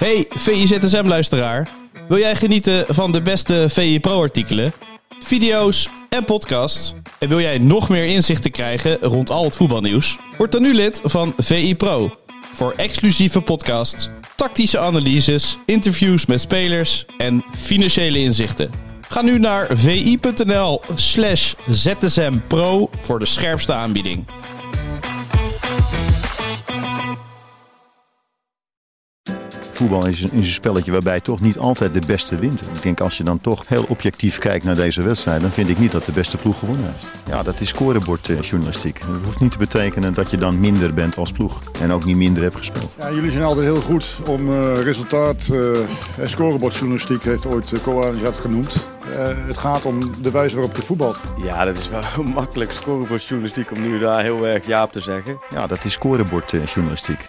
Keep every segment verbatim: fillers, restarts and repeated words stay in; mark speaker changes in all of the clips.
Speaker 1: Hey V I Z S M-luisteraar. Wil jij genieten van de beste V I Pro-artikelen, video's en podcasts? En wil jij nog meer inzichten krijgen rond al het voetbalnieuws? Word dan nu lid van V I Pro. Voor exclusieve podcasts, tactische analyses, interviews met spelers en financiële inzichten. Ga nu naar vi.nl slash zsmpro voor de scherpste aanbieding.
Speaker 2: Voetbal is een, is een spelletje waarbij toch niet altijd de beste wint. Ik denk als je dan toch heel objectief kijkt naar deze wedstrijd, dan vind ik niet dat de beste ploeg gewonnen heeft. Ja, dat is scorebordjournalistiek. Dat hoeft niet te betekenen dat je dan minder bent als ploeg en ook niet minder hebt gespeeld.
Speaker 3: Ja, jullie zijn altijd heel goed om uh, resultaat uh, en scorebordjournalistiek heeft ooit uh, Koan dat genoemd. Uh, het gaat om de wijze waarop je voetbalt.
Speaker 4: Ja, dat is wel makkelijk scorebordjournalistiek om nu daar heel erg ja op te zeggen.
Speaker 2: Ja, dat is scorebordjournalistiek.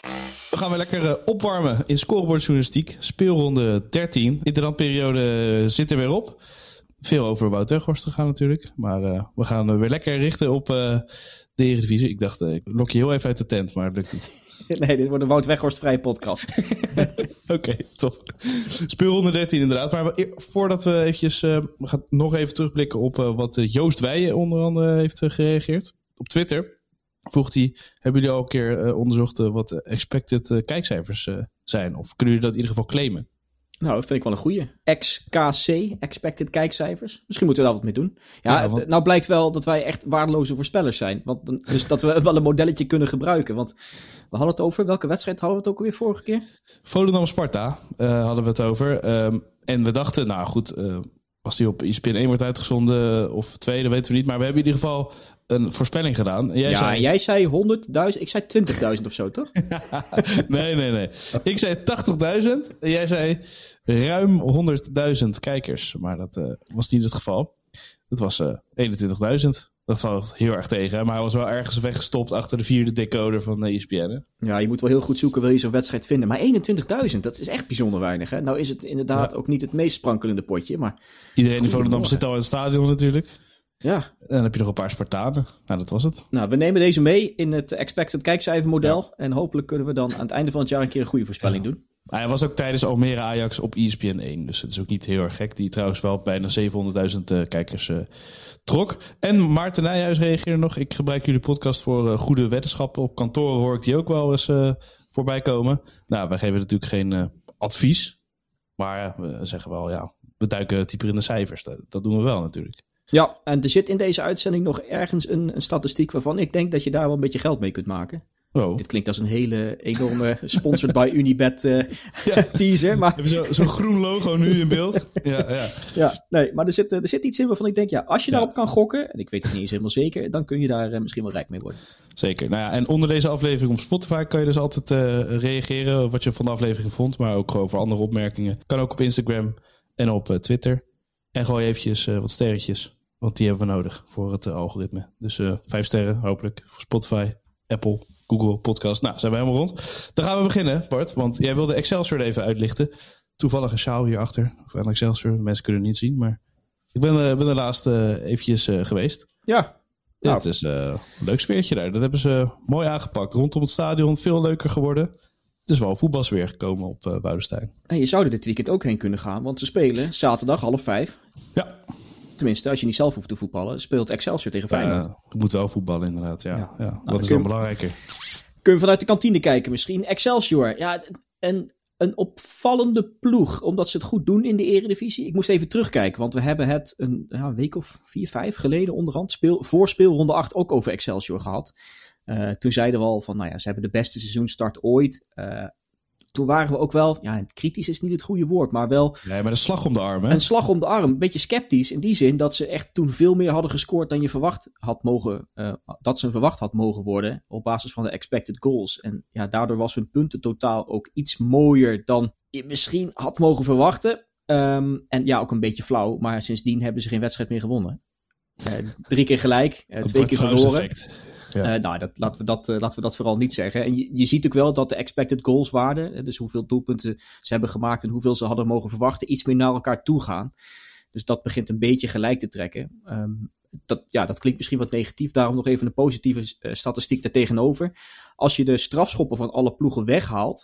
Speaker 1: We gaan weer lekker uh, opwarmen in scorebordjournalistiek. Speelronde dertien. Interlandperiode zit er weer op. Veel over Wout Weghorst te gaan natuurlijk. Maar uh, we gaan uh, weer lekker richten op uh, de Eredivisie. Ik dacht, uh, ik lok je heel even uit de tent, maar het lukt niet.
Speaker 5: Nee, dit wordt een Wout Weghorst-vrije podcast.
Speaker 1: Oké, okay, top. Speelronde dertien inderdaad. Maar we, voordat we eventjes... Uh, we gaan nog even terugblikken op uh, wat uh, Joost Weijen onder andere heeft uh, gereageerd. Op Twitter vroeg hij, hebben jullie al een keer uh, onderzocht uh, wat expected uh, kijkcijfers uh, zijn? Of kunnen jullie dat in ieder geval claimen?
Speaker 5: Nou, dat vind ik wel een goeie. X K C, expected kijkcijfers. Misschien moeten we daar wat mee doen. Ja, ja want... nou blijkt wel dat wij echt waardeloze voorspellers zijn. Want dan, dus dat we wel een modelletje kunnen gebruiken. Want we hadden het over, welke wedstrijd hadden we het ook alweer vorige keer?
Speaker 1: Volendam-Sparta uh, hadden we het over. Um, en we dachten, nou goed, uh, als die op E S P N één wordt uitgezonden of twee, dat weten we niet. Maar we hebben in ieder geval een voorspelling gedaan.
Speaker 5: Jij ja, zei... jij zei honderdduizend, ik zei twintigduizend of zo, toch?
Speaker 1: nee, nee, nee. Ik zei tachtigduizend en jij zei ruim honderdduizend kijkers. Maar dat uh, was niet het geval. Het was uh, eenentwintigduizend. Dat valt heel erg tegen. Maar hij was wel ergens weggestopt achter de vierde decoder van E S P N. Hè?
Speaker 5: Ja, je moet wel heel goed zoeken, wil je zo'n wedstrijd vinden. Maar eenentwintigduizend, dat is echt bijzonder weinig. Hè? Nou is het inderdaad ja. ook niet het meest sprankelende potje. Maar
Speaker 1: iedereen in Volendam zit al in het stadion natuurlijk.
Speaker 5: Ja.
Speaker 1: En dan heb je nog een paar Spartanen. Nou, dat was het.
Speaker 5: Nou, we nemen deze mee in het expected kijkcijfermodel. Ja. En hopelijk kunnen we dan aan het einde van het jaar een keer een goede voorspelling ja. doen.
Speaker 1: Hij was ook tijdens Almere Ajax op E S P N één. Dus het is ook niet heel erg gek. Die trouwens wel bijna zevenhonderdduizend uh, kijkers uh, trok. En Maarten Nijhuis reageerde nog. Ik gebruik jullie podcast voor uh, goede weddenschappen. Op kantoren hoor ik die ook wel eens uh, voorbij komen. Nou, wij geven natuurlijk geen uh, advies. Maar uh, we zeggen wel, ja, we duiken dieper in de cijfers. Dat, dat doen we wel natuurlijk.
Speaker 5: Ja, en er zit in deze uitzending nog ergens een, een statistiek waarvan ik denk dat je daar wel een beetje geld mee kunt maken.
Speaker 1: Oh.
Speaker 5: Dit klinkt als een hele enorme sponsored by Unibet uh, ja. teaser. Maar...
Speaker 1: We hebben zo'n zo groen logo nu in beeld. Ja, ja.
Speaker 5: ja nee, maar er zit, er zit iets in waarvan ik denk, ja, als je daarop kan gokken, en ik weet het niet eens helemaal zeker, dan kun je daar uh, misschien wel rijk mee worden.
Speaker 1: Zeker. Nou ja, en onder deze aflevering op Spotify kan je dus altijd uh, reageren wat je van de aflevering vond, maar ook gewoon voor andere opmerkingen. Kan ook op Instagram en op uh, Twitter. En gooi eventjes uh, wat sterretjes. Want die hebben we nodig voor het uh, algoritme. Dus uh, vijf sterren, hopelijk. Voor Spotify, Apple, Google Podcast. Nou, zijn we helemaal rond. Dan gaan we beginnen, Bart. Want jij wilde Excelsior even uitlichten. Toevallig een sjaal hierachter. Of aan Excelsior. Mensen kunnen het niet zien. Maar ik ben, uh, ben er laatst uh, eventjes uh, geweest.
Speaker 5: Ja.
Speaker 1: Nou. Het is uh, een leuk sfeertje daar. Dat hebben ze mooi aangepakt. Rondom het stadion veel leuker geworden. Het is wel voetbalsfeer gekomen op uh, Boudestein.
Speaker 5: En je zou er dit weekend ook heen kunnen gaan. Want ze spelen zaterdag half vijf.
Speaker 1: Ja.
Speaker 5: Tenminste, als je niet zelf hoeft te voetballen, speelt Excelsior tegen Feyenoord.
Speaker 1: Ja, je moet wel voetballen inderdaad, ja. ja. ja.
Speaker 5: Nou,
Speaker 1: Wat is dan belangrijker?
Speaker 5: Kun je vanuit de kantine kijken misschien. Excelsior, ja, en een opvallende ploeg, omdat ze het goed doen in de Eredivisie. Ik moest even terugkijken, want we hebben het een, ja, een week of vier, vijf geleden onderhand, speel, voor speelronde acht ook over Excelsior gehad. Uh, toen zeiden we al van, nou ja, ze hebben de beste seizoenstart ooit. Uh, Toen waren we ook wel, ja, kritisch is niet het goede woord, maar wel...
Speaker 1: Nee, maar een slag om de arm, hè?
Speaker 5: Een slag om de arm. Een beetje sceptisch in die zin dat ze echt toen veel meer hadden gescoord dan je verwacht had mogen... Uh, dat ze verwacht had mogen worden op basis van de expected goals. En ja, daardoor was hun puntentotaal ook iets mooier dan je misschien had mogen verwachten. Um, en ja, ook een beetje flauw, maar sindsdien hebben ze geen wedstrijd meer gewonnen. Uh, drie keer gelijk, uh, twee keer verloren. Ja. Uh, nou, dat, laten, we dat, uh, laten we dat vooral niet zeggen. En je, je ziet ook wel dat de expected goals waarde, dus hoeveel doelpunten ze hebben gemaakt en hoeveel ze hadden mogen verwachten, iets meer naar elkaar toe gaan. Dus dat begint een beetje gelijk te trekken. Um, dat, ja, dat klinkt misschien wat negatief, daarom nog even een positieve uh, statistiek daartegenover. Als je de strafschoppen van alle ploegen weghaalt,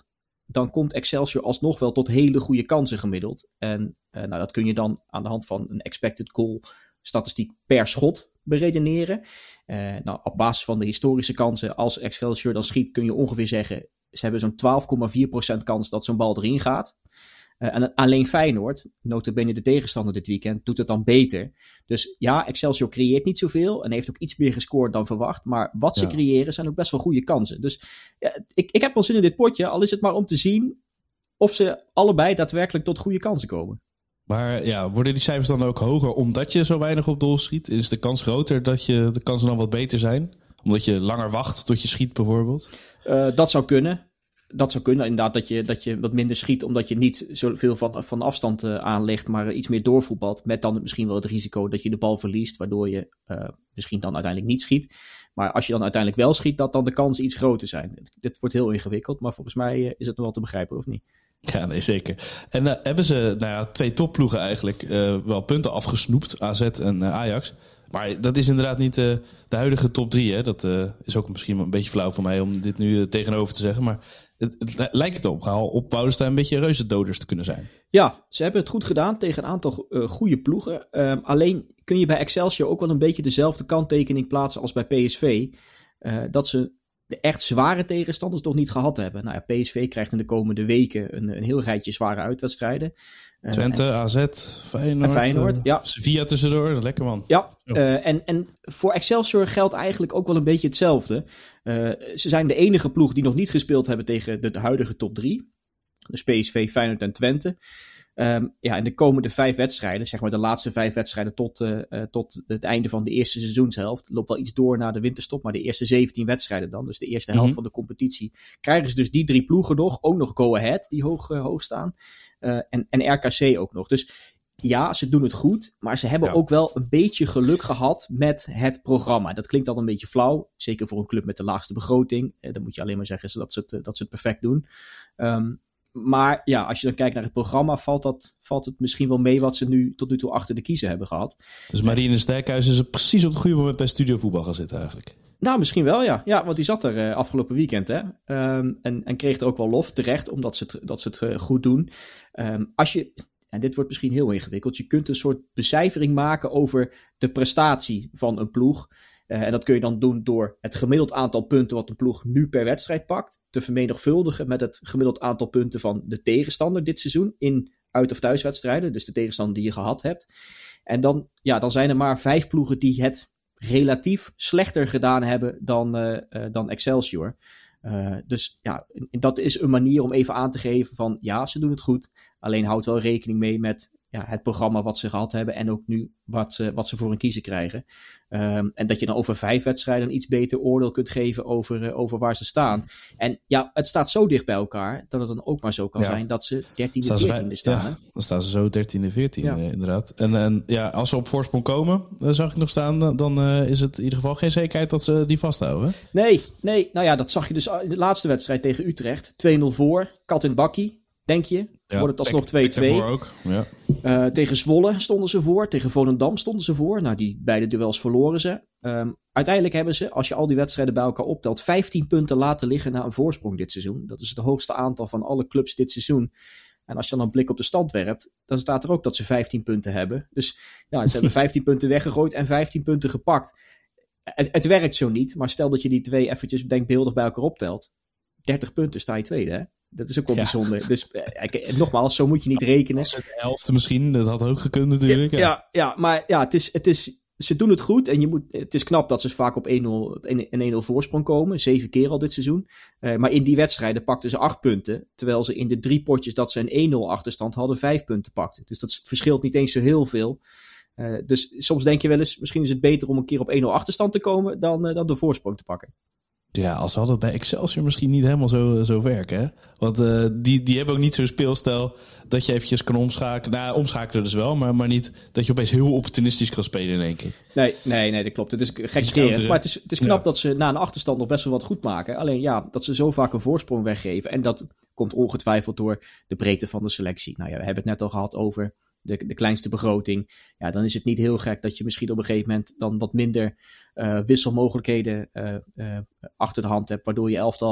Speaker 5: dan komt Excelsior alsnog wel tot hele goede kansen gemiddeld. En uh, nou, dat kun je dan aan de hand van een expected goal statistiek per schot beredeneren. Uh, nou, op basis van de historische kansen, als Excelsior dan schiet, kun je ongeveer zeggen, ze hebben zo'n twaalf komma vier procent kans dat zo'n bal erin gaat. Uh, en alleen Feyenoord, nota bene de tegenstander dit weekend, doet het dan beter. Dus ja, Excelsior creëert niet zoveel en heeft ook iets meer gescoord dan verwacht. Maar wat ze ja. creëren zijn ook best wel goede kansen. Dus ja, ik, ik heb wel zin in dit potje, al is het maar om te zien of ze allebei daadwerkelijk tot goede kansen komen.
Speaker 1: Maar ja, worden die cijfers dan ook hoger omdat je zo weinig op doel schiet? Is de kans groter dat je de kansen dan wat beter zijn? Omdat je langer wacht tot je schiet bijvoorbeeld?
Speaker 5: Uh, dat zou kunnen. Dat zou kunnen, inderdaad, dat je, dat je wat minder schiet, omdat je niet zoveel van, van afstand uh, aanlegt, maar iets meer doorvoetbalt. Met dan misschien wel het risico dat je de bal verliest, waardoor je uh, misschien dan uiteindelijk niet schiet. Maar als je dan uiteindelijk wel schiet, dat dan de kansen iets groter zijn. Dit wordt heel ingewikkeld, maar volgens mij uh, is het nog wel te begrijpen, of niet?
Speaker 1: Ja, nee, zeker. En uh, hebben ze nou ja, twee topploegen eigenlijk uh, wel punten afgesnoept, A Z en uh, Ajax. Maar dat is inderdaad niet uh, de huidige top drie. Hè? Dat uh, is ook misschien een beetje flauw van mij om dit nu uh, tegenover te zeggen. Maar het, het lijkt het op, op Woudenstein een beetje reuzendoders te kunnen zijn.
Speaker 5: Ja, ze hebben het goed gedaan tegen een aantal uh, goede ploegen. Uh, alleen kun je bij Excelsior ook wel een beetje dezelfde kanttekening plaatsen als bij P S V. Uh, dat ze de echt zware tegenstanders nog niet gehad hebben. Nou ja, P S V krijgt in de komende weken een, een heel rijtje zware uitwedstrijden. Uh,
Speaker 1: Twente,
Speaker 5: en,
Speaker 1: A Z, Feyenoord,
Speaker 5: en Feyenoord
Speaker 1: uh,
Speaker 5: ja.
Speaker 1: Sevilla tussendoor, lekker man.
Speaker 5: Ja, uh, en, en voor Excelsior geldt eigenlijk ook wel een beetje hetzelfde. Uh, ze zijn de enige ploeg die nog niet gespeeld hebben tegen de, de huidige top drie. Dus P S V, Feyenoord en Twente. Um, ja, in de komende vijf wedstrijden, zeg maar de laatste vijf wedstrijden tot, uh, uh, tot het einde van de eerste seizoenshelft, loopt wel iets door naar de winterstop, maar de eerste zeventien wedstrijden dan, dus de eerste helft mm-hmm. van de competitie, krijgen ze dus die drie ploegen nog, ook nog Go Ahead, die hoog, uh, hoog staan, uh, en, en R K C ook nog. Dus ja, ze doen het goed, maar ze hebben ja. ook wel een beetje geluk gehad met het programma. Dat klinkt al een beetje flauw, zeker voor een club met de laagste begroting. Uh, dan moet je alleen maar zeggen dat ze het, uh, dat ze het perfect doen. Um, Maar ja, als je dan kijkt naar het programma, valt, dat, valt het misschien wel mee wat ze nu tot nu toe achter de kiezen hebben gehad.
Speaker 1: Dus Marine Sterkhuis is er precies op het goede moment bij Studio Voetbal gaan zitten eigenlijk.
Speaker 5: Nou, misschien wel, ja. Ja, want die zat er uh, afgelopen weekend, hè. Um, en, en kreeg er ook wel lof, terecht, omdat ze het, dat ze het uh, goed doen. Um, als je, en dit wordt misschien heel ingewikkeld, je kunt een soort becijfering maken over de prestatie van een ploeg. Uh, en dat kun je dan doen door het gemiddeld aantal punten wat een ploeg nu per wedstrijd pakt te vermenigvuldigen met het gemiddeld aantal punten van de tegenstander dit seizoen in uit- of thuiswedstrijden, dus de tegenstander die je gehad hebt. En dan, ja, dan zijn er maar vijf ploegen die het relatief slechter gedaan hebben dan, uh, uh, dan Excelsior. Uh, dus ja, dat is een manier om even aan te geven van ja, ze doen het goed, alleen houd wel rekening mee met ja, het programma wat ze gehad hebben en ook nu wat ze, wat ze voor een kiezen krijgen. Um, en dat je dan over vijf wedstrijden een iets beter oordeel kunt geven over, uh, over waar ze staan. En ja, het staat zo dicht bij elkaar dat het dan ook maar zo kan ja. zijn dat ze dertiende, veertiende staan.
Speaker 1: Ja, dan staan ze zo dertiende, veertiende ja. inderdaad. En, en ja, als ze op voorsprong komen, dan zag ik nog staan, dan uh, is het in ieder geval geen zekerheid dat ze die vasthouden.
Speaker 5: Nee, nee, nou ja, dat zag je dus in de laatste wedstrijd tegen Utrecht. twee nul voor, kat in bakkie. Denk je? Ja, wordt het alsnog twee twee.
Speaker 1: Ook. Ja.
Speaker 5: Uh, tegen Zwolle stonden ze voor. Tegen Volendam stonden ze voor. Nou, die beide duels verloren ze. Um, uiteindelijk hebben ze, als je al die wedstrijden bij elkaar optelt, vijftien punten laten liggen na een voorsprong dit seizoen. Dat is het hoogste aantal van alle clubs dit seizoen. En als je dan een blik op de stand werpt, dan staat er ook dat ze vijftien punten hebben. Dus ja, ze hebben vijftien punten weggegooid en vijftien punten gepakt. Het, het werkt zo niet, maar stel dat je die twee eventjes denkbeeldig bij elkaar optelt. dertig punten sta je tweede, hè? Dat is ook wel ja. bijzonder. Dus eh, nogmaals, zo moet je niet rekenen.
Speaker 1: De helft misschien, dat had ook gekund natuurlijk.
Speaker 5: Ja, ja, ja maar ja, het is, het is, ze doen het goed. En je moet, het is knap dat ze vaak op één nul, een één nul voorsprong komen. Zeven keer al dit seizoen. Uh, maar in die wedstrijden pakten ze acht punten. Terwijl ze in de drie potjes dat ze een één nul achterstand hadden, vijf punten pakten. Dus dat verschilt niet eens zo heel veel. Uh, dus soms denk je wel eens, misschien is het beter om een keer op één nul achterstand te komen dan, uh, dan de voorsprong te pakken.
Speaker 1: Ja, als ze hadden bij Excelsior misschien niet helemaal zo, zo werken. Hè? Want uh, die, die hebben ook niet zo'n speelstijl dat je eventjes kan omschakelen. Nou, omschakelen dus wel, maar, maar niet dat je opeens heel opportunistisch kan spelen in één keer.
Speaker 5: Nee, nee, nee, dat klopt. Het is gekscherend. Maar het is, het is knap ja. dat ze na een achterstand nog best wel wat goed maken. Alleen ja, dat ze zo vaak een voorsprong weggeven. En dat komt ongetwijfeld door de breedte van de selectie. Nou ja, we hebben het net al gehad over de, de kleinste begroting. Ja, dan is het niet heel gek dat je misschien op een gegeven moment dan wat minder uh, wisselmogelijkheden uh, uh, achter de hand hebt, waardoor je elftal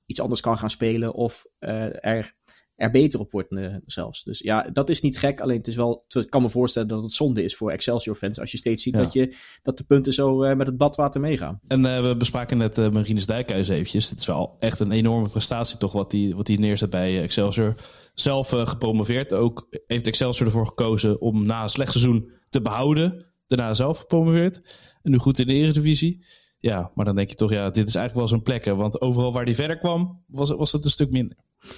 Speaker 5: iets anders kan gaan spelen of uh, er, er beter op wordt uh, zelfs. Dus ja, dat is niet gek. Alleen het is wel, ik kan me voorstellen dat het zonde is voor Excelsior-fans als je steeds ziet ja. dat, je, dat de punten zo uh, met het badwater meegaan.
Speaker 1: En uh, we bespraken net uh, Marinus Dijkhuizen eventjes. Het is wel echt een enorme prestatie toch wat hij wat die neerzet bij uh, Excelsior. Zelf uh, gepromoveerd. Ook heeft Excelsior ervoor gekozen om na een slecht seizoen te behouden. Daarna zelf gepromoveerd. En nu goed in de Eredivisie. Ja, maar dan denk je toch, ja, dit is eigenlijk wel zo'n plek. Hè? Want overal waar hij verder kwam, was, was het een stuk minder.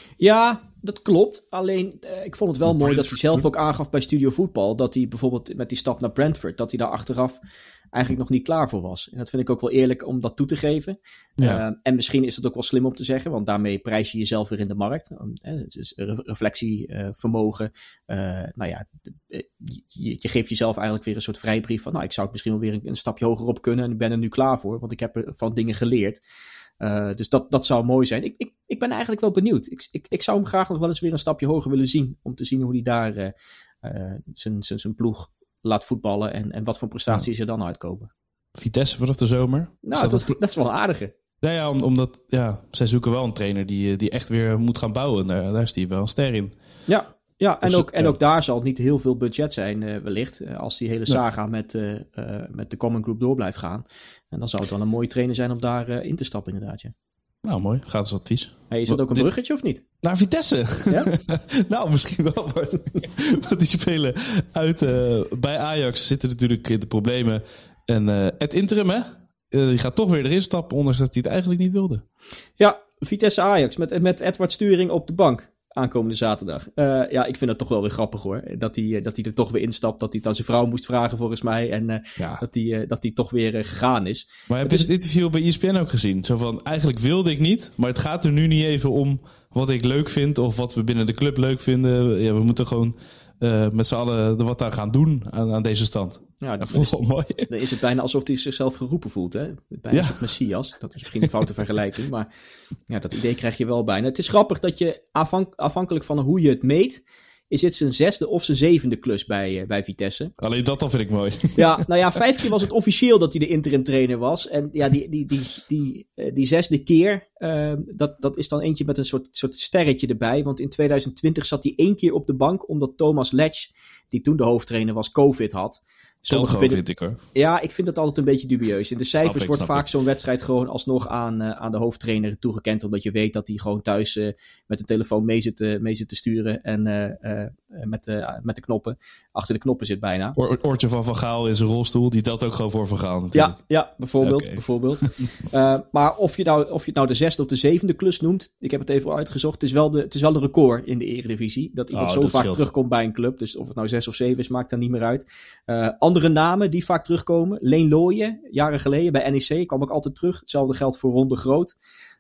Speaker 5: Ja, dat klopt. Alleen, uh, ik vond het wel mooi dat hij zelf ook aangaf bij Studio Voetbal. Dat hij bijvoorbeeld met die stap naar Brentford, dat hij daar achteraf eigenlijk nog niet klaar voor was. En dat vind ik ook wel eerlijk om dat toe te geven. Ja. Uh, en misschien is het ook wel slim om te zeggen, want daarmee prijs je jezelf weer in de markt. Um, het is re- reflectievermogen. Uh, nou ja, je, je geeft jezelf eigenlijk weer een soort vrijbrief van, nou, ik zou het misschien wel weer een, een stapje hoger op kunnen en ik ben er nu klaar voor, want ik heb er van dingen geleerd. Uh, dus dat, dat zou mooi zijn. Ik, ik, ik ben eigenlijk wel benieuwd. Ik, ik, ik zou hem graag nog wel eens weer een stapje hoger willen zien. Om te zien hoe hij daar uh, uh, zijn, zijn, zijn ploeg laat voetballen. En, en wat voor prestaties ja. er dan uitkomen.
Speaker 1: Vitesse vanaf de zomer.
Speaker 5: Nou, dat, dat, dat is wel een aardige.
Speaker 1: Ja, ja om, omdat ja, zij zoeken wel een trainer die, die echt weer moet gaan bouwen. Daar, daar is hij wel een ster in.
Speaker 5: Ja, ja en, dus, ook, en ja. ook daar zal niet heel veel budget zijn uh, wellicht. Uh, als die hele saga ja. met, uh, uh, met de Common Group door blijft gaan. En dan zou het wel een mooie trainer zijn om daar uh, in te stappen inderdaad. Ja.
Speaker 1: Nou, mooi. Gratis advies.
Speaker 5: Hey, is dat ook een bruggetje of niet?
Speaker 1: Naar Vitesse? Ja? Nou, misschien wel. Want die spelen uit uh, bij Ajax. Zitten natuurlijk in de problemen. En uh, het interim, hè? Uh, die gaat toch weer erin stappen, ondanks dat hij het eigenlijk niet wilde.
Speaker 5: Ja, Vitesse Ajax met, met Edward Sturing op de bank. Aankomende zaterdag. Uh, ja, ik vind dat toch wel weer grappig hoor. Dat hij, dat hij er toch weer instapt. Dat hij het aan zijn vrouw moest vragen volgens mij. En uh, ja. dat, hij, uh, dat hij toch weer uh, gegaan is.
Speaker 1: Maar heb je het interview bij E S P N ook gezien? Zo van, eigenlijk wilde ik niet. Maar het gaat er nu niet even om wat ik leuk vind. Of wat we binnen de club leuk vinden. Ja, we moeten gewoon uh, met z'n allen er wat aan gaan doen aan, aan deze stand.
Speaker 5: Ja, dat is wel mooi. Dan is het bijna alsof hij zichzelf geroepen voelt. Hè? Bijna ja. het Messias. Dat is misschien een foute vergelijking. Maar ja, dat idee krijg je wel bijna. Het is grappig dat je afhank- afhankelijk van hoe je het meet, is dit zijn zesde of zijn zevende klus bij, uh, bij Vitesse.
Speaker 1: Alleen dat dan vind ik mooi.
Speaker 5: Ja, nou ja, vijf keer was het officieel dat hij de interim trainer was. En ja, die, die, die, die, uh, die zesde keer, uh, dat, dat is dan eentje met een soort, soort sterretje erbij. Want in twintig twintig zat hij één keer op de bank, omdat Thomas Letch, die toen de hoofdtrainer was, COVID had.
Speaker 1: Stel gewoon, vind ik hoor.
Speaker 5: Ja, ik vind dat altijd een beetje dubieus. In de cijfers ik, wordt vaak ik. zo'n wedstrijd gewoon alsnog aan, uh, aan de hoofdtrainer toegekend. Omdat je weet dat hij gewoon thuis uh, met de telefoon mee zit, uh, mee zit te sturen. En uh, uh, met, uh, met de knoppen. Achter de knoppen zit bijna.
Speaker 1: O- oortje van Van Gaal in zijn rolstoel. Die telt ook gewoon voor Van Gaal natuurlijk.
Speaker 5: Ja, ja bijvoorbeeld. Okay. bijvoorbeeld. uh, maar of je, nou, of je het nou de zesde of de zevende klus noemt. Ik heb het even uitgezocht. Het is wel de, het is wel de record in de Eredivisie. Dat iemand oh, zo dat vaak scheelt. terugkomt bij een club. Dus of het nou zes of zeven is, maakt daar niet meer uit. Uh, andere namen die vaak terugkomen. Leen Looyen, jaren geleden bij N E C, kwam ook altijd terug. Hetzelfde geldt voor Ron de Groot.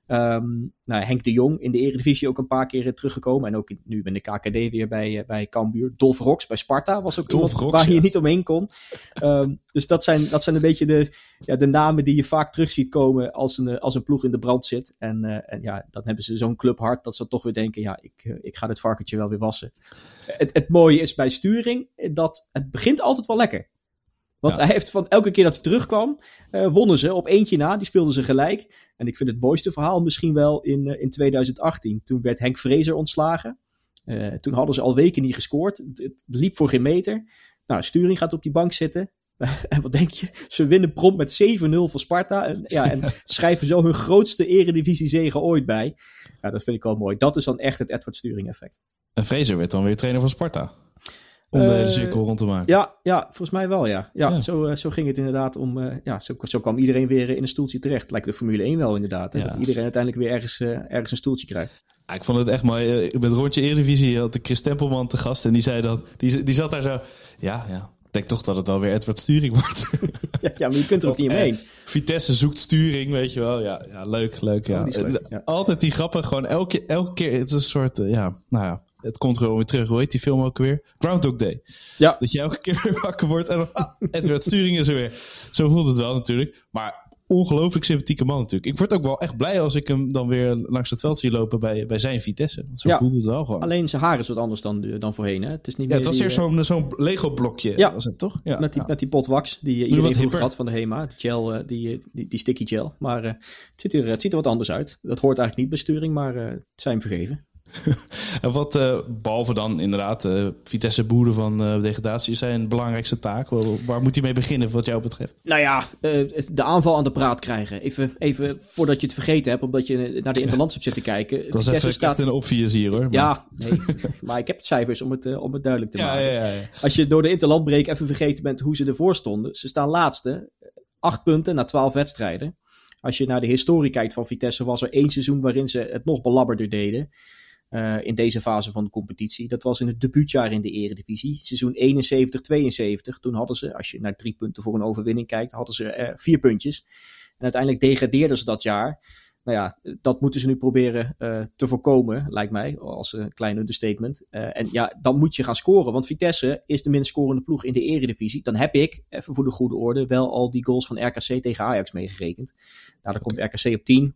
Speaker 5: Um, nou, Henk de Jong in de Eredivisie ook een paar keer teruggekomen. En ook in, nu in de K K D weer bij, bij Cambuur. Dolf Rox bij Sparta was ook Dolf iemand Rox, waar ja. je niet omheen kon. Um, dus dat zijn, dat zijn een beetje de, ja, de namen die je vaak terug ziet komen als een, als een ploeg in de brand zit. En, uh, en ja, dan hebben ze zo'n clubhart dat ze toch weer denken, ja, ik, uh, ik ga dit varkentje wel weer wassen. Het, het mooie is bij Sturing dat het begint altijd wel lekker. Want ja. hij heeft van elke keer dat hij terugkwam, uh, wonnen ze op eentje na. Die speelden ze gelijk. En ik vind het mooiste verhaal misschien wel in, uh, in twintig achttien. Toen werd Henk Vrezer ontslagen. Uh, toen hadden ze al weken niet gescoord. Het, het liep voor geen meter. Nou, Sturing gaat op die bank zitten. En wat denk je? Ze winnen prompt met zeven nul van Sparta. En, ja, en schrijven zo hun grootste eredivisiezege ooit bij. Ja, dat vind ik wel mooi. Dat is dan echt het Edward Sturing effect.
Speaker 1: En Vrezer werd dan weer trainer van Sparta. Om de uh, hele cirkel rond te maken.
Speaker 5: Ja, ja, volgens mij wel, ja. Ja, ja. Zo, uh, zo ging het inderdaad om... Uh, ja, zo, zo kwam iedereen weer in een stoeltje terecht. Lijkt de Formule één wel inderdaad. Ja. Dat iedereen uiteindelijk weer ergens, uh, ergens een stoeltje krijgt.
Speaker 1: Ja, ik vond het echt mooi. Uh, met Rondje Eredivisie had de Chris Tempelman te gast. En die zei dan... Die, die zat daar zo... Ja, ja. Ik denk toch dat het wel weer Edward Sturing wordt.
Speaker 5: ja, ja, maar je kunt er ook niet omheen.
Speaker 1: Vitesse zoekt Sturing, weet je wel. Ja, ja leuk, leuk. Ja. Oh, leuk ja. Altijd die grappen. Gewoon elke, elke keer... Het is een soort... Uh, ja, nou ja. Het komt gewoon weer terug. Hoe heet die film ook weer? Groundhog Day. Dat je elke keer weer wakker wordt en dan... Ah, Edward Sturing is er weer. Zo voelt het wel natuurlijk. Maar ongelooflijk sympathieke man natuurlijk. Ik word ook wel echt blij als ik hem dan weer langs het veld zie lopen bij, bij zijn Vitesse. Want zo
Speaker 5: ja,
Speaker 1: voelt het wel gewoon.
Speaker 5: Alleen zijn haar is wat anders dan, dan voorheen. Hè? Het is niet
Speaker 1: ja,
Speaker 5: meer
Speaker 1: het was
Speaker 5: die,
Speaker 1: eerst zo'n, zo'n Lego-blokje.
Speaker 5: Ja,
Speaker 1: was het toch? Ja,
Speaker 5: met, die,
Speaker 1: ja.
Speaker 5: met die pot wax die uh, iedereen vroeger had van de Hema. De gel, uh, die, die, die sticky gel. Maar uh, het, ziet er, het ziet er wat anders uit. Dat hoort eigenlijk niet bij sturing, maar uh, het zijn hem vergeven.
Speaker 1: En wat, uh, behalve dan inderdaad uh, Vitesse boeren van uh, degradatie, is zijn belangrijkste taak. Waar moet hij mee beginnen wat jou betreft?
Speaker 5: Nou ja, uh, de aanval aan de praat krijgen. Even, even voordat je het vergeten hebt, omdat je naar de Interlands hebt zitten kijken.
Speaker 1: Dat Vitesse is even staat... een obvious hier hoor. Maar...
Speaker 5: Ja, nee. Maar ik heb de cijfers om het, uh, om het duidelijk te
Speaker 1: ja,
Speaker 5: maken.
Speaker 1: Ja, ja, ja.
Speaker 5: Als je door de Interlandbreak even vergeten bent hoe ze ervoor stonden. Ze staan laatste, acht punten na twaalf wedstrijden. Als je naar de historie kijkt van Vitesse, was er één seizoen waarin ze het nog belabberder deden. Uh, in deze fase van de competitie. Dat was in het debuutjaar in de Eredivisie. Seizoen eenenzeventig tweeënzeventig. Toen hadden ze, als je naar drie punten voor een overwinning kijkt, hadden ze uh, vier puntjes. En uiteindelijk degradeerden ze dat jaar. Nou ja, dat moeten ze nu proberen uh, te voorkomen, lijkt mij, als een klein understatement. Uh, en ja, dan moet je gaan scoren, want Vitesse is de minst scorende ploeg in de Eredivisie. Dan heb ik, even voor de goede orde, wel al die goals van R K C tegen Ajax meegerekend. Nou, dan komt R K C op tien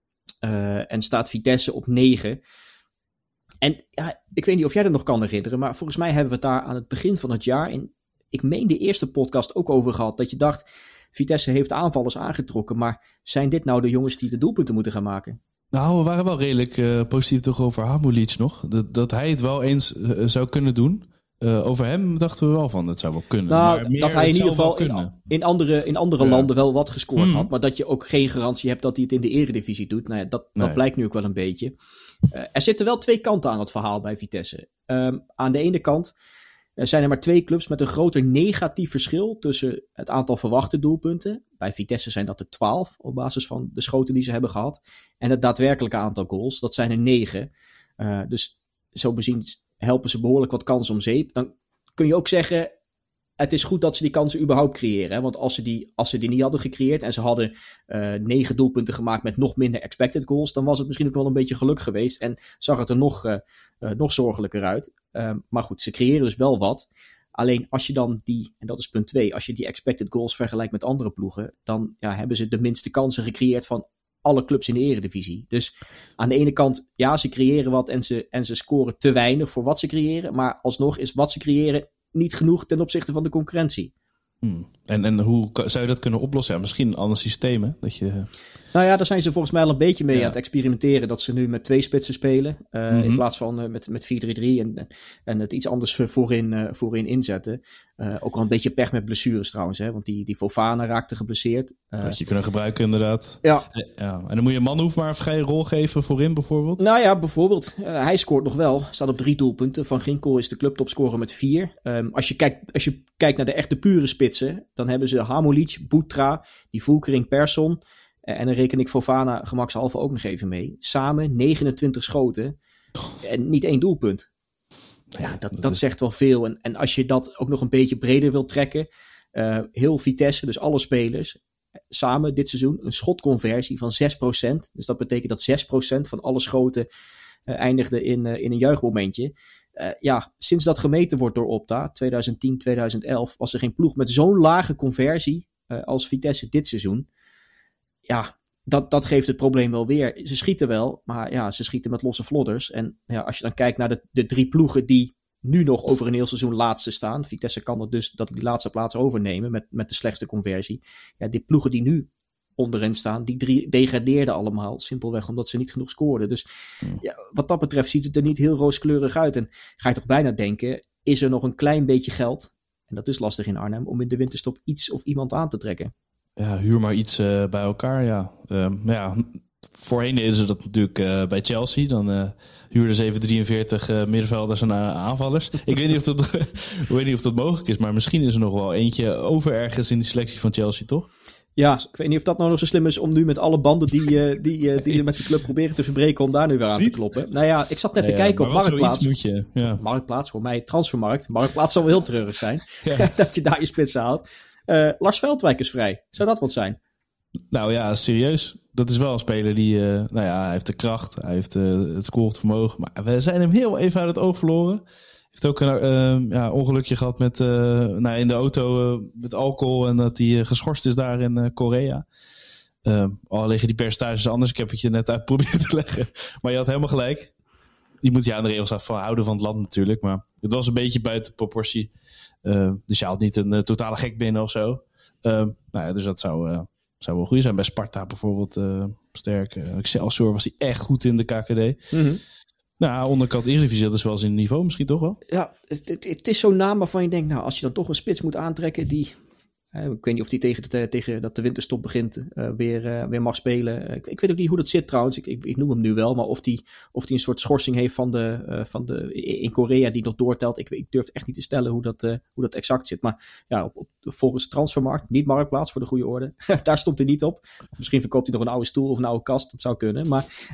Speaker 5: uh, en staat Vitesse op negen. En ja, ik weet niet of jij dat nog kan herinneren, maar volgens mij hebben we het daar aan het begin van het jaar, in, ik meen de eerste podcast ook over gehad, dat je dacht, Vitesse heeft aanvallers aangetrokken, maar zijn dit nou de jongens die de doelpunten moeten gaan maken?
Speaker 1: Nou, we waren wel redelijk uh, positief toch over Hamulic nog, dat, dat hij het wel eens uh, zou kunnen doen. Uh, over hem dachten we wel van, dat zou wel kunnen.
Speaker 5: Nou,
Speaker 1: maar meer,
Speaker 5: dat hij in ieder geval in, in andere, in andere ja. landen wel wat gescoord hmm. had, maar dat je ook geen garantie hebt dat hij het in de Eredivisie doet. Nou ja, dat, dat nee. blijkt nu ook wel een beetje. Uh, er zitten wel twee kanten aan het verhaal bij Vitesse. Um, aan de ene kant uh, zijn er maar twee clubs met een groter negatief verschil tussen het aantal verwachte doelpunten. Bij Vitesse zijn dat er twaalf op basis van de schoten die ze hebben gehad. En het daadwerkelijke aantal goals, dat zijn er negen. Uh, dus zo bezien helpen ze behoorlijk wat kansen om zeep. Dan kun je ook zeggen, het is goed dat ze die kansen überhaupt creëren. Hè? Want als ze, die, als ze die niet hadden gecreëerd en ze hadden uh, negen doelpunten gemaakt met nog minder expected goals, dan was het misschien ook wel een beetje geluk geweest en zag het er nog, uh, uh, nog zorgelijker uit. Uh, maar goed, ze creëren dus wel wat. Alleen als je dan die, en dat is punt twee, als je die expected goals vergelijkt met andere ploegen, dan ja, hebben ze de minste kansen gecreëerd van alle clubs in de Eredivisie. Dus aan de ene kant, ja, ze creëren wat en ze, en ze scoren te weinig voor wat ze creëren. Maar alsnog is wat ze creëren niet genoeg ten opzichte van de concurrentie.
Speaker 1: Hmm. En, en hoe zou je dat kunnen oplossen? Ja, misschien een ander systeem, hè? Dat je...
Speaker 5: Nou ja, daar zijn ze volgens mij al een beetje mee ja. aan het experimenteren. Dat ze nu met twee spitsen spelen. Uh, mm-hmm. In plaats van uh, met, met vier drie drie. En, en het iets anders voorin, uh, voorin inzetten. Uh, ook al een beetje pech met blessures trouwens. Hè? Want die, die Fofana raakte geblesseerd. Uh,
Speaker 1: dat je kunnen gebruiken inderdaad.
Speaker 5: Ja.
Speaker 1: ja. En dan moet je Manhoef maar een vrije rol geven voorin bijvoorbeeld.
Speaker 5: Nou ja, bijvoorbeeld. Uh, hij scoort nog wel. Staat op drie doelpunten. Van Ginkel is de clubtopscorer met vier. Um, als, je kijkt, als je kijkt naar de echte pure spitsen. Dan hebben ze Hamulic, Boutra, die Voelkering, Persson. En dan reken ik Fofana gemakshalve ook nog even mee. Samen negenentwintig schoten en niet één doelpunt. Ja, dat, dat zegt wel veel. En, en als je dat ook nog een beetje breder wilt trekken. Uh, heel Vitesse, dus alle spelers. Samen dit seizoen een schotconversie van zes procent. Dus dat betekent dat zes procent van alle schoten uh, eindigden in, uh, in een juichmomentje. Uh, ja, sinds dat gemeten wordt door Opta, twintig tien twintig elf, was er geen ploeg met zo'n lage conversie uh, als Vitesse dit seizoen. Ja, dat, dat geeft het probleem wel weer. Ze schieten wel, maar ja, ze schieten met losse vlodders. En ja, als je dan kijkt naar de, de drie ploegen die nu nog over een heel seizoen laatste staan. Vitesse kan dat dus dat die laatste plaats overnemen met, met de slechtste conversie. Ja, die ploegen die nu onderin staan, die drie degradeerden allemaal. Simpelweg omdat ze niet genoeg scoorden. Dus hmm. ja, wat dat betreft ziet het er niet heel rooskleurig uit. En ga je toch bijna denken, is er nog een klein beetje geld, en dat is lastig in Arnhem, om in de winterstop iets of iemand aan te trekken?
Speaker 1: Ja, huur maar iets uh, bij elkaar, ja. Uh, ja. Voorheen deden ze dat natuurlijk uh, bij Chelsea. Dan uh, huurden ze even drieënveertig uh, middenvelders en uh, aanvallers. Ik weet niet of dat, ik weet niet of dat mogelijk is, maar misschien is er nog wel eentje over ergens in die selectie van Chelsea, toch?
Speaker 5: Ja, ik weet niet of dat nou nog zo slim is om nu met alle banden die, uh, die, uh, die ze met die club proberen te verbreken, om daar nu weer aan te kloppen. Nou ja, ik zat net ja, te kijken ja, op Marktplaats.
Speaker 1: Moet je, ja.
Speaker 5: Marktplaats, voor mij Transfermarkt. Marktplaats zal wel heel treurig zijn. Ja. Dat je daar je spits haalt. Uh, Lars Veldwijk is vrij. Zou dat wat zijn?
Speaker 1: Nou ja, serieus. Dat is wel een speler die, uh, nou ja, hij heeft de kracht, hij heeft uh, het scorevermogen. Maar we zijn hem heel even uit het oog verloren. Heeft ook een uh, ja, ongelukje gehad met, uh, nou, in de auto uh, met alcohol en dat hij uh, geschorst is daar in uh, Korea. Uh, al liggen die percentages anders. Ik heb het je net uit proberen te leggen. Maar je had helemaal gelijk. Je moet je aan de regels afhouden van het land natuurlijk. Maar het was een beetje buiten proportie. Uh, dus je haalt niet een uh, totale gek binnen of zo. Uh, nou ja, dus dat zou, uh, zou wel goed zijn. Bij Sparta bijvoorbeeld uh, sterk. Uh, Excelsior was hij echt goed in de K K D. Mm-hmm. Nou, onderkant Eredivisie, dat is wel eens in niveau misschien toch wel?
Speaker 5: Ja, het, het, het is zo'n naam waarvan je denkt, nou, als je dan toch een spits moet aantrekken die... Ik weet niet of hij tegen, de, tegen dat de winterstop begint uh, weer, uh, weer mag spelen. Ik, ik weet ook niet hoe dat zit trouwens. Ik, ik, ik noem hem nu wel. Maar of hij of een soort schorsing heeft van de, uh, van de, in Korea die nog doortelt. Ik, ik durf echt niet te stellen hoe dat, uh, hoe dat exact zit. Maar ja, op, op, volgens Transfermarkt, niet Marktplaats voor de goede orde. Daar stond hij niet op. Misschien verkoopt hij nog een oude stoel of een oude kast. Dat zou kunnen. Maar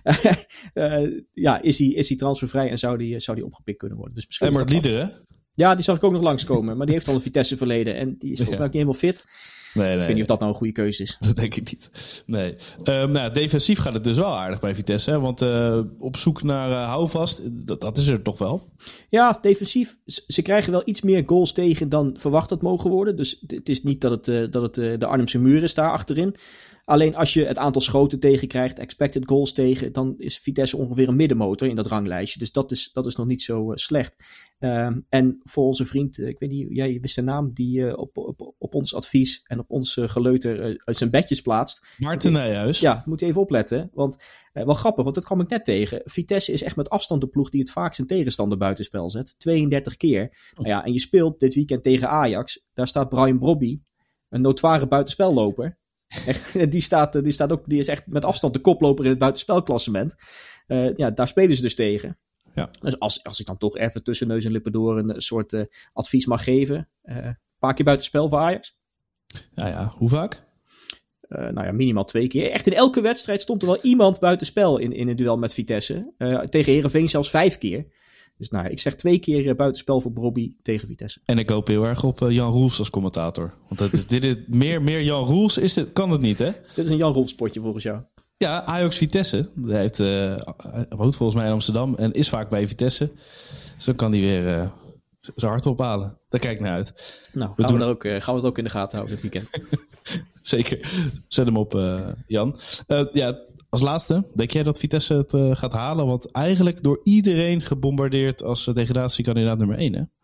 Speaker 5: uh, ja, is hij, is hij transfervrij en zou die, zou die opgepikt kunnen worden. Dus misschien
Speaker 1: Emmert Lieder, hè?
Speaker 5: Ja, die zag ik ook nog langskomen. Maar die heeft al een Vitesse verleden. En die is volgens mij ook niet helemaal fit.
Speaker 1: Nee, nee.
Speaker 5: Ik weet niet of dat nou een goede keuze is.
Speaker 1: Dat denk ik niet. Nee. Um, nou, defensief gaat het dus wel aardig bij Vitesse. Hè? Want uh, op zoek naar uh, houvast, dat, dat is er toch wel.
Speaker 5: Ja, defensief. Ze krijgen wel iets meer goals tegen dan verwacht had mogen worden. Dus het is niet dat het, uh, dat het uh, de Arnhemse muur is daar achterin. Alleen als je het aantal schoten tegen krijgt, expected goals tegen, dan is Vitesse ongeveer een middenmotor in dat ranglijstje. Dus dat is, dat is nog niet zo uh, slecht. Um, en voor onze vriend, uh, ik weet niet, jij wist zijn naam, die uh, op, op, op ons advies en op ons uh, geleuter uh, zijn bedjes plaatst.
Speaker 1: Maarten Nijhuis.
Speaker 5: Ja, moet je even opletten. Want uh, wel grappig, want dat kwam ik net tegen. Vitesse is echt met afstand de ploeg die het vaak zijn tegenstander buitenspel zet. tweeëndertig keer. Oh. Nou ja, en je speelt dit weekend tegen Ajax. Daar staat Brian Brobby, een notoire buitenspelloper. Echt, die, staat, die, staat ook, die is echt met afstand de koploper in het buitenspelklassement. Uh, ja, daar spelen ze dus tegen. Ja. Dus als, als ik dan toch even tussen neus en lippen door een soort uh, advies mag geven. Uh, een paar keer buitenspel voor Ajax.
Speaker 1: Ja, ja. Hoe vaak?
Speaker 5: Uh, nou ja, minimaal twee keer. Echt in elke wedstrijd stond er wel iemand buitenspel in, in een duel met Vitesse. Uh, tegen Heerenveen zelfs vijf keer. Dus nou, ik zeg twee keer uh, buitenspel voor Brobby tegen Vitesse.
Speaker 1: En ik hoop heel erg op uh, Jan Roels als commentator. Want dat is, dit is meer, meer Jan Roels is het, kan het niet, hè?
Speaker 5: Dit is een Jan Roels potje volgens jou.
Speaker 1: Ja, Ajax Vitesse. Hij heeft, uh, woont volgens mij in Amsterdam en is vaak bij Vitesse. Dus dan kan hij weer uh, zijn hart ophalen. Daar kijk ik naar uit.
Speaker 5: Nou, gaan we, doen... we, ook, uh, gaan we het ook in de gaten houden dit weekend.
Speaker 1: Zeker. Zet hem op, uh, Jan. Uh, ja, als laatste, denk jij dat Vitesse het uh, gaat halen? Want eigenlijk door iedereen gebombardeerd als uh, degradatiekandidaat nummer één, hè?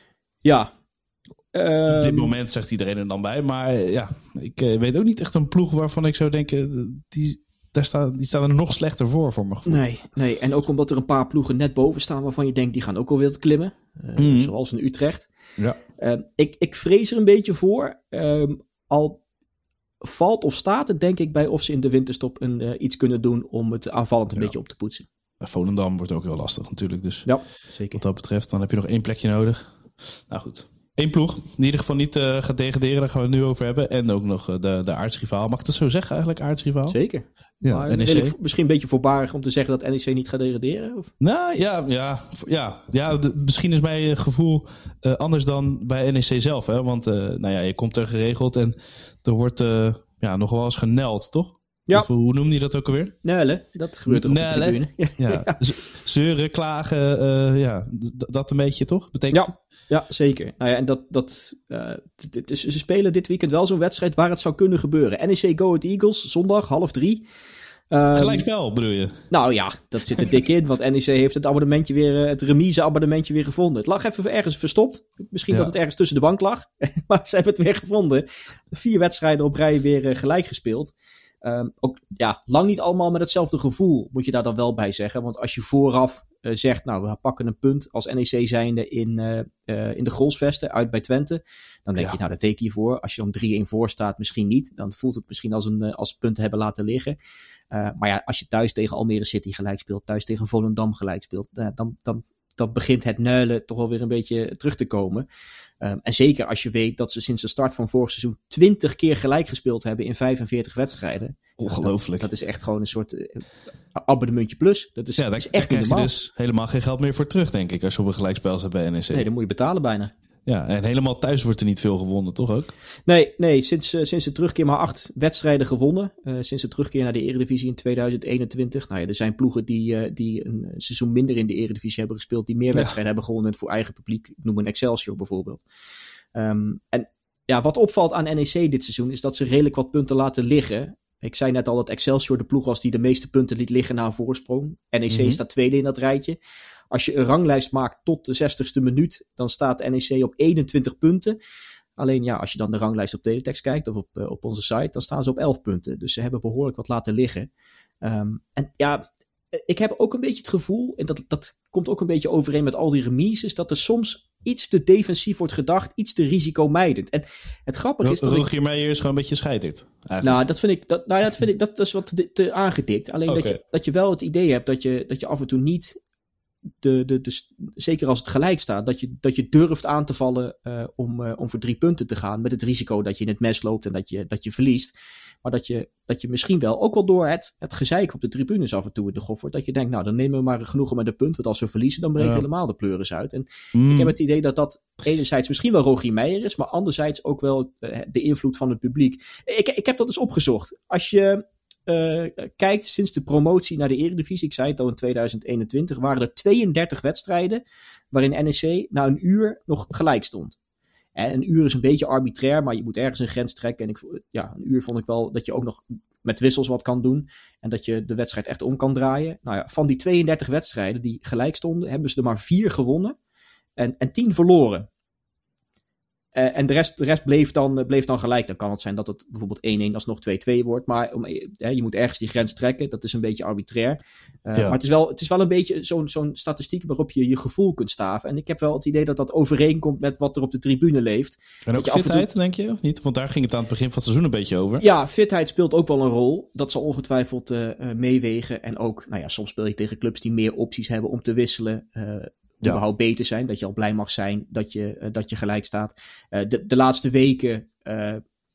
Speaker 5: Ja.
Speaker 1: Um... Op dit moment zegt iedereen er dan bij. Maar uh, ja, ik uh, weet ook niet echt een ploeg waarvan ik zou denken... die, daar staan, die staan er nog slechter voor, voor mijn gevoel.
Speaker 5: Nee, nee, en ook omdat er een paar ploegen net boven staan... waarvan je denkt, die gaan ook alweer wat klimmen. Uh, mm-hmm. Zoals in Utrecht. Ja. Uh, ik, ik vrees er een beetje voor. Um, al... valt of staat het denk ik bij of ze in de winterstop een, uh, iets kunnen doen om het aanvallend een ja. beetje op te poetsen.
Speaker 1: Volendam wordt ook heel lastig natuurlijk. Dus
Speaker 5: ja, zeker.
Speaker 1: Wat dat betreft, dan heb je nog één plekje nodig. Nou goed. Eén ploeg die in ieder geval niet uh, gaat degraderen, daar gaan we het nu over hebben. En ook nog uh, de, de aartsrivaal. Mag ik dat zo zeggen eigenlijk, aartsrivaal?
Speaker 5: Zeker.
Speaker 1: Ja,
Speaker 5: maar
Speaker 1: N E C.
Speaker 5: Redelijk, misschien een beetje voorbarig om te zeggen dat N E C niet gaat degraderen? Of?
Speaker 1: Nou ja, ja, ja, ja de, misschien is mijn gevoel uh, anders dan bij N E C zelf. Hè? Want uh, nou ja, je komt er geregeld en er wordt... Uh, Ja, nog wel eens geneld, toch?
Speaker 5: Ja.
Speaker 1: Of, hoe noemde je dat ook alweer?
Speaker 5: Nellen, dat gebeurt ook op de tribune.
Speaker 1: Ja. ja. Zeuren, klagen, uh, ja, d- dat een beetje, toch? Betekent
Speaker 5: ja. Ja, zeker. Nou ja, en dat, dat, uh, d- d- ze spelen dit weekend wel zo'n wedstrijd waar het zou kunnen gebeuren. N E C Go Ahead Eagles, zondag, half drie.
Speaker 1: Um, Gelijkspel, bedoel je?
Speaker 5: Nou ja, dat zit er dik in, want N E C heeft het abonnementje weer, het remise-abonnementje weer gevonden. Het lag even ergens verstopt. Misschien ja. dat het ergens tussen de bank lag. Maar ze hebben het weer gevonden. Vier wedstrijden op rij weer uh, gelijk gespeeld. Um, ook ja, lang niet allemaal met hetzelfde gevoel, moet je daar dan wel bij zeggen. Want als je vooraf uh, zegt, nou, we pakken een punt als N E C zijnde in, uh, uh, in de Grolsvesten uit bij Twente. Dan denk ja. je, nou, daar teken je voor. Als je dan drie-een voor staat, misschien niet. Dan voelt het misschien als een uh, als punten hebben laten liggen. Uh, maar ja, als je thuis tegen Almere City gelijk speelt, thuis tegen Volendam gelijk speelt, uh, dan, dan, dan begint het nuilen toch wel weer een beetje terug te komen. Um, en zeker als je weet dat ze sinds de start van vorig seizoen twintig keer gelijk gespeeld hebben in vijfenveertig wedstrijden.
Speaker 1: Ongelooflijk.
Speaker 5: Dat, dat is echt gewoon een soort uh, abonnementje plus. Dat is,
Speaker 1: ja, daar,
Speaker 5: dat is echt
Speaker 1: daar krijg je
Speaker 5: normaal.
Speaker 1: Dus helemaal geen geld meer voor terug, denk ik, als je op een gelijkspel zit bij N E C.
Speaker 5: Nee, dan moet je betalen bijna.
Speaker 1: Ja, en helemaal thuis wordt er niet veel gewonnen, toch ook?
Speaker 5: Nee, nee sinds, uh, sinds de terugkeer maar acht wedstrijden gewonnen. Uh, sinds de terugkeer naar de Eredivisie in tweeduizend eenentwintig. Nou ja, er zijn ploegen die, uh, die een seizoen minder in de Eredivisie hebben gespeeld, die meer wedstrijden ja. hebben gewonnen voor eigen publiek. Ik noem een Excelsior bijvoorbeeld. Um, en ja, wat opvalt aan N E C dit seizoen is dat ze redelijk wat punten laten liggen. Ik zei net al dat Excelsior de ploeg was die de meeste punten liet liggen na een voorsprong. N E C mm-hmm. staat tweede in dat rijtje. Als je een ranglijst maakt tot de zestigste minuut, dan staat N E C op eenentwintig punten. Alleen ja, als je dan de ranglijst op Teletext kijkt of op, uh, op onze site, dan staan ze op elf punten. Dus ze hebben behoorlijk wat laten liggen. Um, en ja, ik heb ook een beetje het gevoel, en dat, dat komt ook een beetje overeen met al die remises, dat er soms iets te defensief wordt gedacht, iets te risicomijdend. En het grappige is dat
Speaker 1: Rogier ik... Meijer is gewoon een beetje scheiterd.
Speaker 5: Nou, dat vind ik, dat, nou ja, dat vind ik, dat, dat is wat te, te aangedikt. Alleen okay. dat, je, dat je wel het idee hebt dat je, dat je af en toe niet, de, de, de, zeker als het gelijk staat, dat je, dat je durft aan te vallen uh, om, uh, om voor drie punten te gaan, met het risico dat je in het mes loopt en dat je, dat je verliest. Maar dat je, dat je misschien wel, ook wel door het, het gezeik op de tribunes af en toe in de Goffert, dat je denkt, nou dan nemen we maar genoegen met de punt, want als we verliezen, dan breekt ja. helemaal de pleuris uit. En mm. ik heb het idee dat dat enerzijds misschien wel Rogier Meijer is, maar anderzijds ook wel uh, de invloed van het publiek. Ik, ik heb dat dus opgezocht. Als je uh, kijkt sinds de promotie naar de Eredivisie, ik zei het al in tweeduizend eenentwintig, waren er tweeëndertig wedstrijden waarin N E C na een uur nog gelijk stond. En een uur is een beetje arbitrair, maar je moet ergens een grens trekken. En ik, ja, een uur vond ik wel dat je ook nog met wissels wat kan doen. En dat je de wedstrijd echt om kan draaien. Nou ja, van die tweeëndertig wedstrijden die gelijk stonden, hebben ze er maar vier gewonnen. En, en tien verloren. Uh, en de rest, de rest bleef, dan, bleef dan gelijk. Dan kan het zijn dat het bijvoorbeeld één-één alsnog twee-twee wordt. Maar um, uh, je moet ergens die grens trekken. Dat is een beetje arbitrair. Uh, ja. Maar het is, wel, het is wel een beetje zo'n, zo'n statistiek waarop je je gevoel kunt staven. En ik heb wel het idee dat dat overeenkomt met wat er op de tribune leeft.
Speaker 1: En ook fitheid, toe... denk je, of niet? Want daar ging het aan het begin van het seizoen een beetje over.
Speaker 5: Ja, fitheid speelt ook wel een rol. Dat zal ongetwijfeld uh, uh, meewegen. En ook, nou ja, soms speel je tegen clubs die meer opties hebben om te wisselen. Uh, Ja. überhaupt beter zijn, dat je al blij mag zijn dat je, uh, dat je gelijk staat. Uh, de, de laatste weken uh,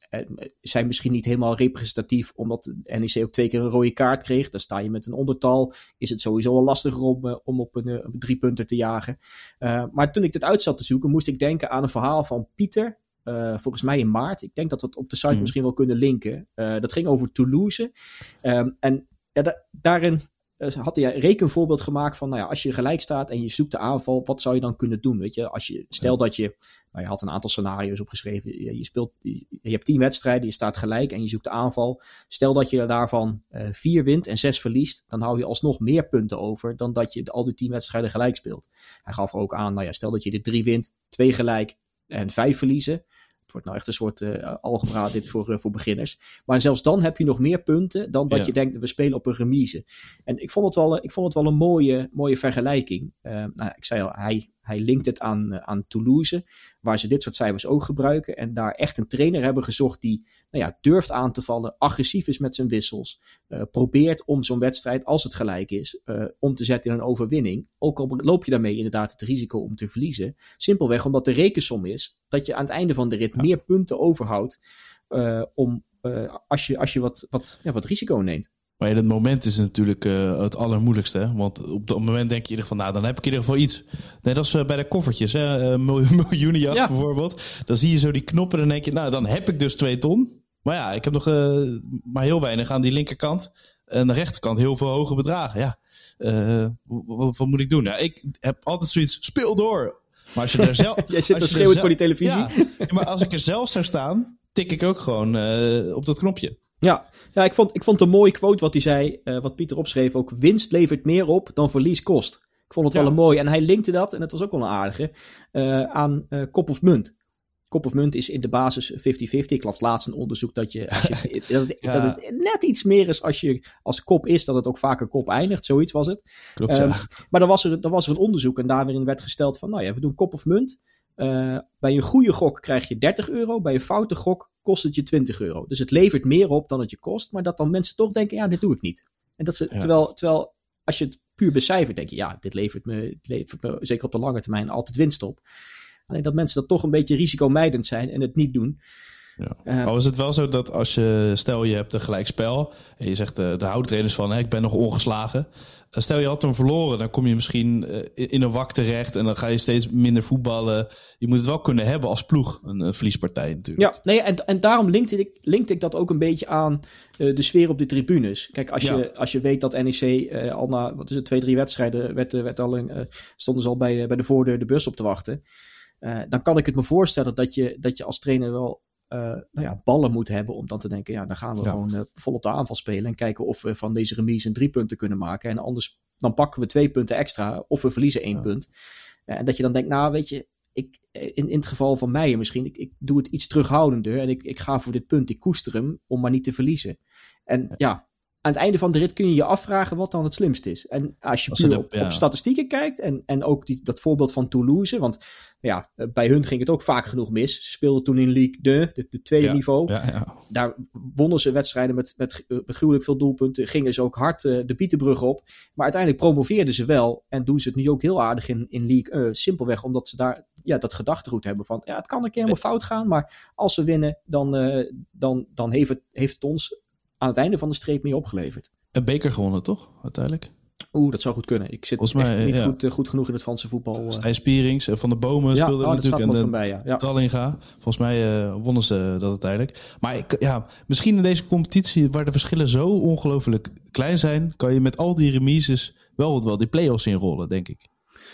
Speaker 5: zijn misschien niet helemaal representatief, omdat N E C ook twee keer een rode kaart kreeg. Dan sta je met een ondertal. Is het sowieso al lastiger om, uh, om op een, uh, een drie punten te jagen. Uh, maar toen ik dit uit zat te zoeken, moest ik denken aan een verhaal van Pieter. Uh, volgens mij in maart. Ik denk dat we het op de site mm. misschien wel kunnen linken. Uh, dat ging over Toulouse. Um, en ja, da- daarin... Uh, had hij een rekenvoorbeeld gemaakt van, nou ja, als je gelijk staat en je zoekt de aanval, wat zou je dan kunnen doen, weet je? Als je, stel dat je, nou je had een aantal scenario's opgeschreven, je, je speelt, je, je hebt tien wedstrijden, je staat gelijk en je zoekt de aanval. Stel dat je daarvan uh, vier wint en zes verliest, dan hou je alsnog meer punten over dan dat je de, al die tien wedstrijden gelijk speelt. Hij gaf er ook aan, nou ja, stel dat je de drie wint, twee gelijk en vijf verliezen. Het wordt nou echt een soort uh, algebra dit voor, uh, voor beginners. Maar zelfs dan heb je nog meer punten dan dat ja. je denkt, we spelen op een remise. En ik vond het wel, ik vond het wel een mooie, mooie vergelijking. Uh, nou, ik zei al, hij, hij linkt het aan, uh, aan Toulouse, waar ze dit soort cijfers ook gebruiken. En daar echt een trainer hebben gezocht die nou ja, durft aan te vallen, agressief is met zijn wissels. Uh, probeert om zo'n wedstrijd, als het gelijk is, uh, om te zetten in een overwinning. Ook al loop je daarmee inderdaad het risico om te verliezen. Simpelweg omdat de rekensom is dat je aan het einde van de rit ja. meer punten overhoudt uh, om, uh, als je, als je wat, wat, ja, wat risico neemt.
Speaker 1: Maar in het moment is het natuurlijk uh, het allermoeilijkste. Hè? Want op dat moment denk je in ieder geval, nou, dan heb ik in ieder geval iets. Net als uh, bij de koffertjes, hè? Uh, miljoenenjacht ja. bijvoorbeeld. Dan zie je zo die knoppen en dan denk je, nou, dan heb ik dus twee ton. Maar ja, ik heb nog uh, maar heel weinig aan die linkerkant. En aan de rechterkant heel veel hoge bedragen. Ja, uh, wat, wat moet ik doen? Ja, ik heb altijd zoiets, speel door. Maar als je er zelf...
Speaker 5: Jij zit te schreeuwen voor die televisie.
Speaker 1: Ja, maar als ik er zelf zou staan, tik ik ook gewoon uh, op dat knopje.
Speaker 5: Ja, ja ik, vond, ik vond een mooie quote wat hij zei, uh, wat Pieter opschreef ook. Winst levert meer op dan verlies kost. Ik vond het ja. wel een mooi. En hij linkte dat, en dat was ook wel een aardige, uh, aan uh, kop of munt. Kop of munt is in de basis vijftig vijftig. Ik las laatst een onderzoek dat, je, als je, dat, het, ja. dat het net iets meer is als je als kop is, dat het ook vaker kop eindigt. Zoiets was het.
Speaker 1: Klopt,
Speaker 5: um,
Speaker 1: ja.
Speaker 5: Maar dan was, er, dan was er een onderzoek en daarin werd gesteld van, nou ja, we doen kop of munt. Uh, bij een goede gok krijg je dertig euro. Bij een foute gok kost het je twintig euro. Dus het levert meer op dan het je kost. Maar dat dan mensen toch denken, ja, dit doe ik niet. En dat ze, ja. terwijl, terwijl als je het puur becijfert, denk je, ja, dit levert me, levert me zeker op de lange termijn altijd winst op. Alleen dat mensen dat toch een beetje risicomijdend zijn en het niet doen.
Speaker 1: Ja. Uh, al is het wel zo dat als je, stel je hebt een gelijkspel en je zegt de, de houdtrainers van, hè, ik ben nog ongeslagen. Stel je had hem verloren, dan kom je misschien uh, in een wak terecht en dan ga je steeds minder voetballen. Je moet het wel kunnen hebben als ploeg, een, een verliespartij natuurlijk.
Speaker 5: Ja, nee, en, en daarom linkte ik, linkte ik dat ook een beetje aan uh, de sfeer op de tribunes. Kijk, als, ja. je, als je weet dat N E C uh, al na, wat is het, twee, drie wedstrijden, werd, werd al een, uh, stonden ze al bij, uh, bij de voordeur de bus op te wachten. Uh, dan kan ik het me voorstellen dat je, dat je als trainer wel uh, nou ja, ballen moet hebben om dan te denken, ja, dan gaan we ja. gewoon uh, vol op de aanval spelen en kijken of we van deze remise een drie punten kunnen maken. En anders dan pakken we twee punten extra of we verliezen één ja. punt. Uh, en dat je dan denkt, nou weet je, ik, in, in het geval van Meijer misschien, ik, ik doe het iets terughoudender en ik, ik ga voor dit punt, ik koester hem om maar niet te verliezen. En ja, ja aan het einde van de rit kun je je afvragen wat dan het slimst is. En als je puur op, ja. op statistieken kijkt en, en ook die, dat voorbeeld van Toulouse, want ja, bij hun ging het ook vaak genoeg mis. Ze speelden toen in Ligue twee, de, de tweede ja. niveau. Ja, ja. Daar wonnen ze wedstrijden met, met, met gruwelijk veel doelpunten, gingen ze ook hard uh, de Bietenbrug op. Maar uiteindelijk promoveerden ze wel en doen ze het nu ook heel aardig in, in Ligue een. Simpelweg omdat ze daar ja, dat gedachtegoed hebben van, ja, het kan een keer helemaal fout gaan, maar als we winnen, dan, uh, dan, dan heeft, het, heeft het ons aan het einde van de streep meer opgeleverd.
Speaker 1: Een beker gewonnen, toch? Uiteindelijk.
Speaker 5: Oeh, dat zou goed kunnen. Ik zit mij, echt niet ja. goed, uh, goed genoeg in het Franse voetbal. Uh.
Speaker 1: Stijn Spierings, Van de Bomen ja, speelde oh, natuurlijk. En
Speaker 5: van bij, ja. Ja.
Speaker 1: Tallinga. Volgens mij uh, wonnen ze dat uiteindelijk. Maar ik, ja, misschien in deze competitie, waar de verschillen zo ongelooflijk klein zijn, kan je met al die remises wel, wel die play-offs inrollen, denk ik.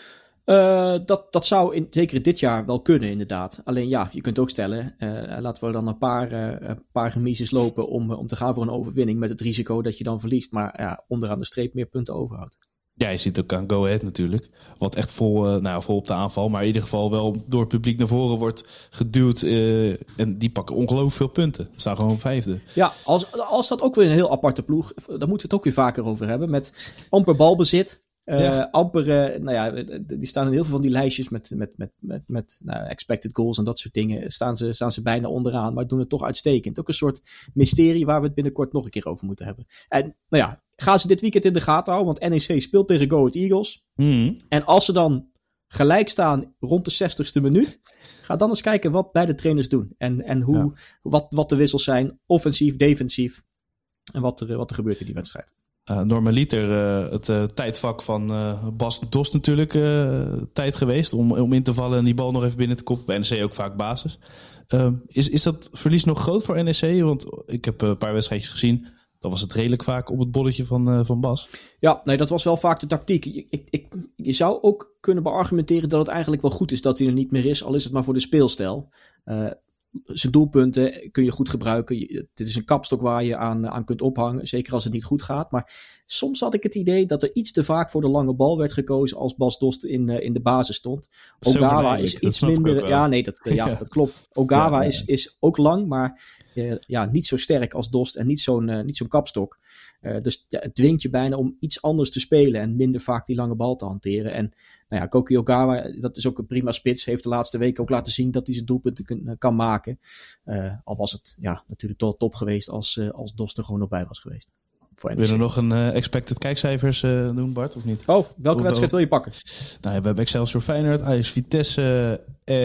Speaker 5: Uh, dat, dat zou in, zeker dit jaar wel kunnen, inderdaad. Alleen ja, je kunt ook stellen, uh, laten we dan een paar, uh, een paar remises lopen om, om te gaan voor een overwinning met het risico dat je dan verliest. Maar ja, onderaan de streep meer punten overhoudt.
Speaker 1: Ja, je ziet ook aan Go Ahead natuurlijk. Wat echt vol, uh, nou, vol op de aanval. Maar in ieder geval wel door het publiek naar voren wordt geduwd. Uh, en die pakken ongelooflijk veel punten. Ze staan gewoon vijfde.
Speaker 5: Ja, als, als dat ook weer een heel aparte ploeg. Daar moeten we het ook weer vaker over hebben. Met amper balbezit. Uh, ja. Amper, uh, nou ja, die staan in heel veel van die lijstjes met, met, met, met, met nou, expected goals en dat soort dingen. Staan ze, staan ze bijna onderaan, maar doen het toch uitstekend. Ook een soort mysterie waar we het binnenkort nog een keer over moeten hebben. En nou ja, gaan ze dit weekend in de gaten houden, want N E C speelt tegen Go Ahead Eagles. Mm. En als ze dan gelijk staan rond de zestigste minuut, ga dan eens kijken wat beide trainers doen. En, en hoe, ja. wat, wat de wissels zijn, offensief, defensief. En wat er, wat er gebeurt in die wedstrijd.
Speaker 1: Uh, normaliter uh, het uh, tijdvak van uh, Bas Dost natuurlijk uh, tijd geweest om, om in te vallen en die bal nog even binnen te koppen. Bij N E C ook vaak basis. Uh, is, is dat verlies nog groot voor N E C? Want ik heb uh, een paar wedstrijdjes gezien. Dan was het redelijk vaak op het bolletje van, uh, van Bas.
Speaker 5: Ja, nee, dat was wel vaak de tactiek. Ik, ik, ik, je zou ook kunnen beargumenteren dat het eigenlijk wel goed is dat hij er niet meer is. Al is het maar voor de speelstijl. Uh, Zijn doelpunten kun je goed gebruiken. Dit is een kapstok waar je aan, aan kunt ophangen. Zeker als het niet goed gaat. Maar soms had ik het idee dat er iets te vaak voor de lange bal werd gekozen als Bas Dost in, uh, in de basis stond. Ogawa is iets minder. Ja, nee, dat, ja, ja. dat klopt. Ogawa ja, ja. Is, is ook lang, maar uh, ja, niet zo sterk als Dost en niet zo'n, uh, niet zo'n kapstok. Uh, dus ja, het dwingt je bijna om iets anders te spelen en minder vaak die lange bal te hanteren. En nou ja, Koki Ogawa, dat is ook een prima spits, heeft de laatste weken ook laten zien dat hij zijn doelpunten kun, kan maken. Uh, al was het ja, natuurlijk tot top geweest als, uh, als Dost er gewoon nog bij was geweest.
Speaker 1: Wil je nog een uh, expected kijkcijfers uh, doen, Bart, of niet?
Speaker 5: Oh, welke of, wedstrijd wil je pakken?
Speaker 1: Nou, we hebben Excelsior Feyenoord, Ajax Vitesse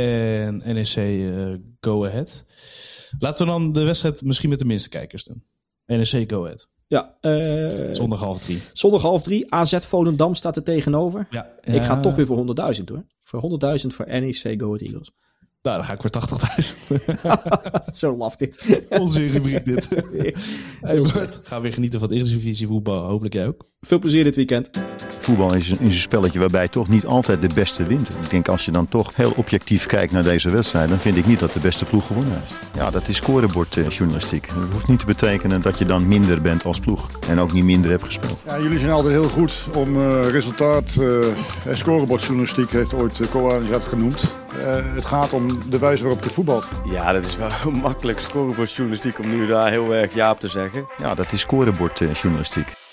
Speaker 1: en N E C uh, Go Ahead. Laten we dan de wedstrijd misschien met de minste kijkers doen. N E C Go Ahead.
Speaker 5: Ja, uh,
Speaker 1: zondag half drie.
Speaker 5: Zondag half drie. A Z Volendam staat er tegenover.
Speaker 1: Ja,
Speaker 5: ja. Ik ga toch weer voor honderdduizend hoor. Voor honderdduizend voor N E C Go Ahead Eagles.
Speaker 1: Nou, dan ga ik voor tachtigduizend.
Speaker 5: Zo laf dit.
Speaker 1: Onze rubriek dit. Hey, Bart, ga weer genieten van het Eredivisie voetbal. Hopelijk jij ook.
Speaker 5: Veel plezier dit weekend.
Speaker 2: Voetbal is een, is een spelletje waarbij toch niet altijd de beste wint. Ik denk als je dan toch heel objectief kijkt naar deze wedstrijd, dan vind ik niet dat de beste ploeg gewonnen heeft. Ja, dat is scorebordjournalistiek. Dat hoeft niet te betekenen dat je dan minder bent als ploeg. En ook niet minder hebt gespeeld.
Speaker 3: Ja, jullie zijn altijd heel goed om uh, resultaat. Uh, scorebordjournalistiek heeft ooit uh, Koan dat genoemd. Uh, het gaat om de wijze waarop je voetbalt.
Speaker 4: Ja, dat is wel makkelijk scorebordjournalistiek om nu daar heel erg ja op te zeggen.
Speaker 2: Ja, dat is scorebordjournalistiek.